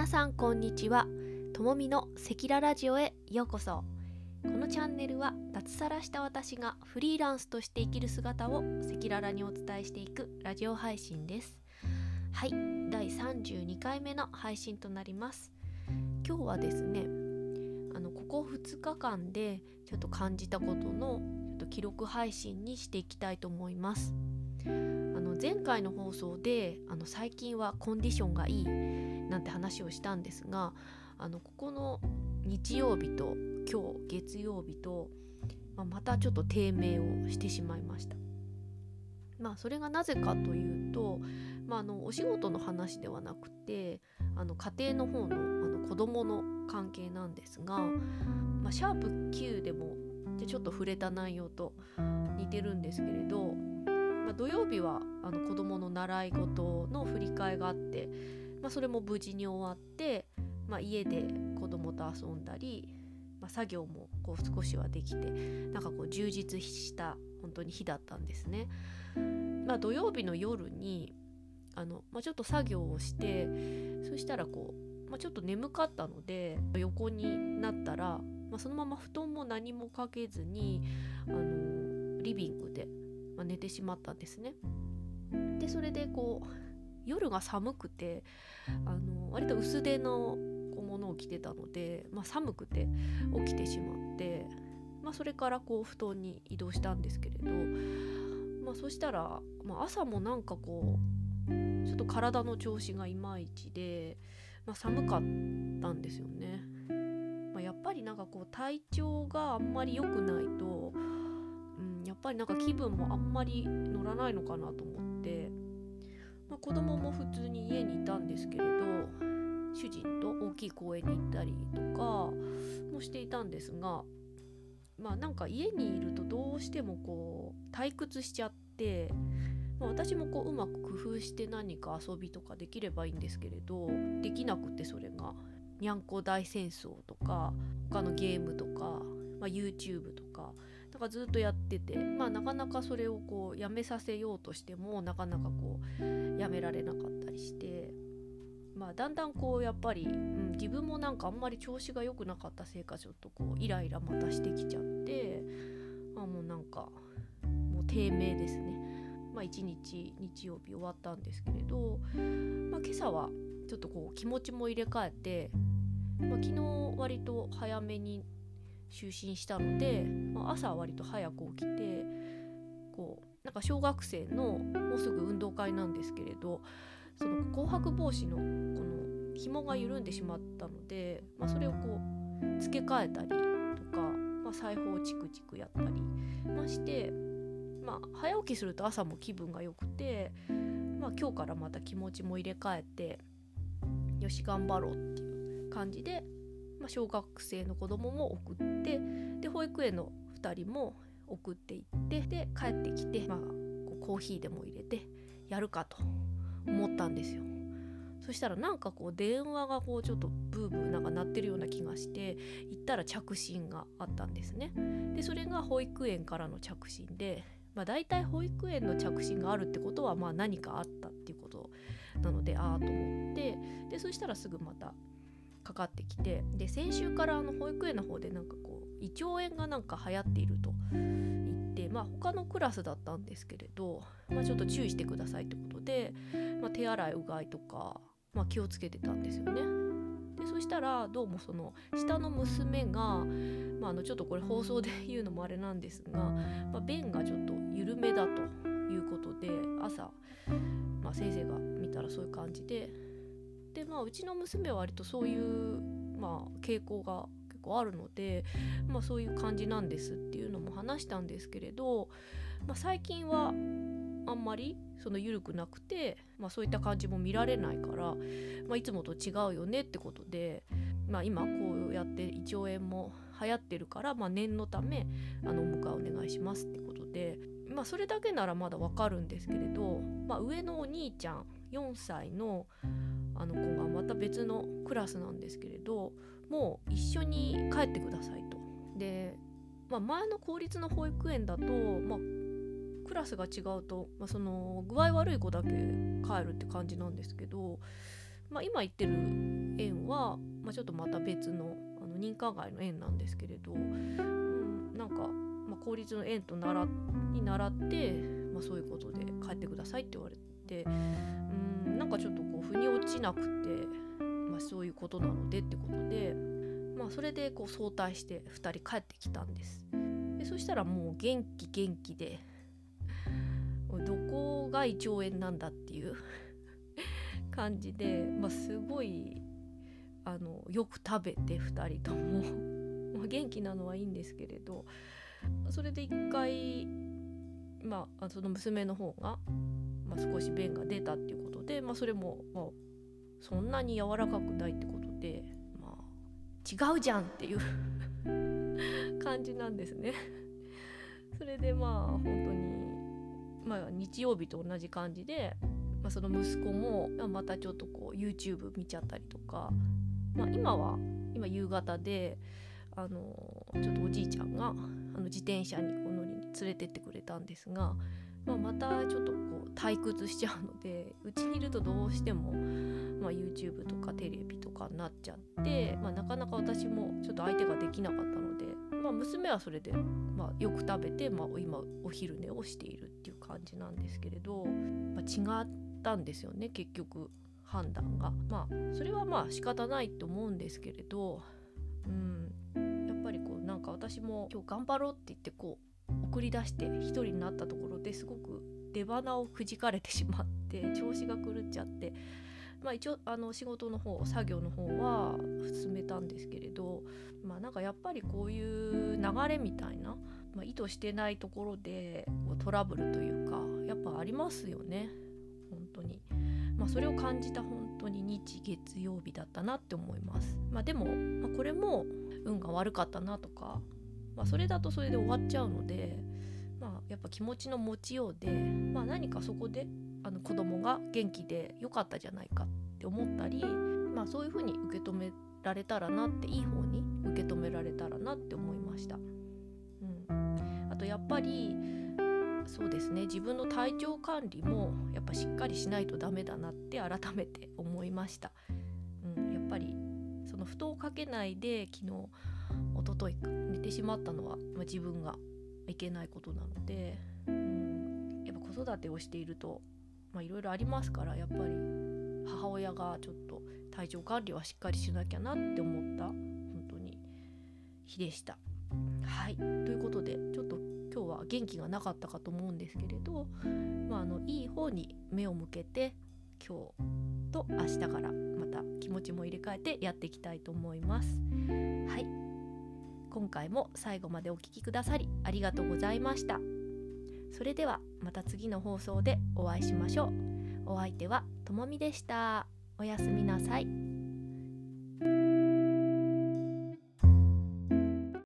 皆さんこんにちは。ともみのセキララジオへようこそ。このチャンネルは脱サラした私がフリーランスとして生きる姿をセキララにお伝えしていくラジオ配信です。はい、第32回目の配信となります。今日はですね、ここ2日間でちょっと感じたことの記録配信にしていきたいと思います。前回の放送で最近はコンディションがいいなんて話をしたんですが、ここの日曜日と今日月曜日と、またちょっと低迷をしてしまいました。それがなぜかというと、お仕事の話ではなくて家庭の方の子供の関係なんですが、シャープ9でもちょっと触れた内容と似てるんですけれど、土曜日は子供の習い事の振り替えがあって、それも無事に終わって、家で子供と遊んだり、作業も少しはできて、充実した本当に日だったんですね。土曜日の夜にちょっと作業をして、そしたらちょっと眠かったので横になったら、そのまま布団も何もかけずにリビングで寝てしまったんですね。でそれで夜が寒くて割と薄手のものを着てたので、寒くて起きてしまって、それから布団に移動したんですけれど、そしたら、朝もちょっと体の調子がいまいちで、寒かったんですよね。やっぱり体調があんまり良くないと、やっぱり気分もあんまり乗らないのかなと思って、子供も普通に家にいたんですけれど、主人と大きい公園に行ったりとかもしていたんですが、家にいるとどうしても退屈しちゃって、私もうまく工夫して何か遊びとかできればいいんですけれど、できなくて、それがにゃんこ大戦争とか他のゲームとか、YouTube とかずっとやってて、なかなかそれをやめさせようとしてもなかなかやめられなかったりして、だんだんやっぱり、自分もあんまり調子が良くなかったせいかちょっとイライラまたしてきちゃって、もう低迷ですね。一日日曜日終わったんですけれど、今朝はちょっと気持ちも入れ替えて、昨日割と早めに就寝したので、朝は割と早く起きて、小学生のもうすぐ運動会なんですけれど、その紅白帽子のこの紐が緩んでしまったので、それを付け替えたりとか、裁縫をチクチクやったりして、早起きすると朝も気分が良くて、今日からまた気持ちも入れ替えて、よし頑張ろうっていう感じで、小学生の子供も送って、で保育園の2人も送っていって、で帰ってきて、コーヒーでも入れてやるかと思ったんですよ。そしたら電話がちょっとブーブー鳴ってるような気がして、行ったら着信があったんですね。でそれが保育園からの着信で、だいたい保育園の着信があるってことは何かあったっていうことなので、と思って、でそしたらすぐまたかかってきて、で先週から保育園の方で胃腸炎が流行っていると言って、他のクラスだったんですけれど、ちょっと注意してくださいってことで、手洗いうがいとか、気をつけてたんですよね。でそしたらどうもその下の娘が、ちょっとこれ放送で言うのもあれなんですが、便がちょっと緩めだということで、朝、先生が見たらそういう感じで、うちの娘は割とそういう、傾向が結構あるので、そういう感じなんですっていうのも話したんですけれど、最近はあんまりその緩くなくて、そういった感じも見られないから、いつもと違うよねってことで、今こうやって胃腸炎も流行ってるから、念のためお迎えお願いしますってことで、それだけならまだわかるんですけれど、上のお兄ちゃん4歳の子がまた別のクラスなんですけれど、もう一緒に帰ってくださいと。で、前の公立の保育園だと、クラスが違うと、その具合悪い子だけ帰るって感じなんですけど、 今言ってる園は、ちょっとまた別の認可外の園なんですけれど、なんか、公立の園と習って、そういうことで帰ってくださいって言われて、なんかちょっとこう腑に落ちなくて、そういうことなのでってことで、それでこう早退して2人帰ってきたんです。でそしたらもう元気で、どこが胃腸炎なんだっていう感じで、すごいよく食べて2人とも元気なのはいいんですけれど、それで一回、その娘の方が、少し便が出たっていうことで、それも、そんなに柔らかくないってことで、違うじゃんっていう感じなんですね。それで本当に、日曜日と同じ感じで、その息子もまたちょっとこう YouTube 見ちゃったりとか、今夕方でちょっとおじいちゃんが自転車に乗りに連れてってくれたんですが、またちょっとこう退屈しちゃうので、うちにいるとどうしても、YouTube とかテレビとかになっちゃって、なかなか私もちょっと相手ができなかったので、娘はそれで、よく食べて、今お昼寝をしているっていう感じなんですけれど、違ったんですよね、結局判断が。それは仕方ないと思うんですけれど、やっぱりこうなんか私も今日頑張ろうって言ってこう送り出して一人になったところですごく出花をくじかれてしまって、調子が狂っちゃって、一応仕事の方作業の方は進めたんですけれど、なんかやっぱりこういう流れみたいな、意図してないところでトラブルというかやっぱありますよね、本当に。それを感じた本当に日月曜日だったなって思います。でも、これも運が悪かったなとか、それだとそれで終わっちゃうので、やっぱ気持ちの持ちようで、何かそこで子供が元気でよかったじゃないかって思ったり、そういうふうに受け止められたらなって、いい方に受け止められたらなって思いました。あとやっぱりそうですね、自分の体調管理もやっぱしっかりしないとダメだなって改めて思いました。やっぱりその布団をかけないで昨日一昨日か寝てしまったのは、自分がいけないことなので、やっぱ子育てをしているといろいろありますから、やっぱり母親がちょっと体調管理はしっかりしなきゃなって思った本当に日でした。はい、ということでちょっと今日は元気がなかったかと思うんですけれど、いい方に目を向けて今日と明日からまた気持ちも入れ替えてやっていきたいと思います。はい、今回も最後までお聞きくださりありがとうございました。それではまた次の放送でお会いしましょう。お相手はともみでした。おやすみなさい。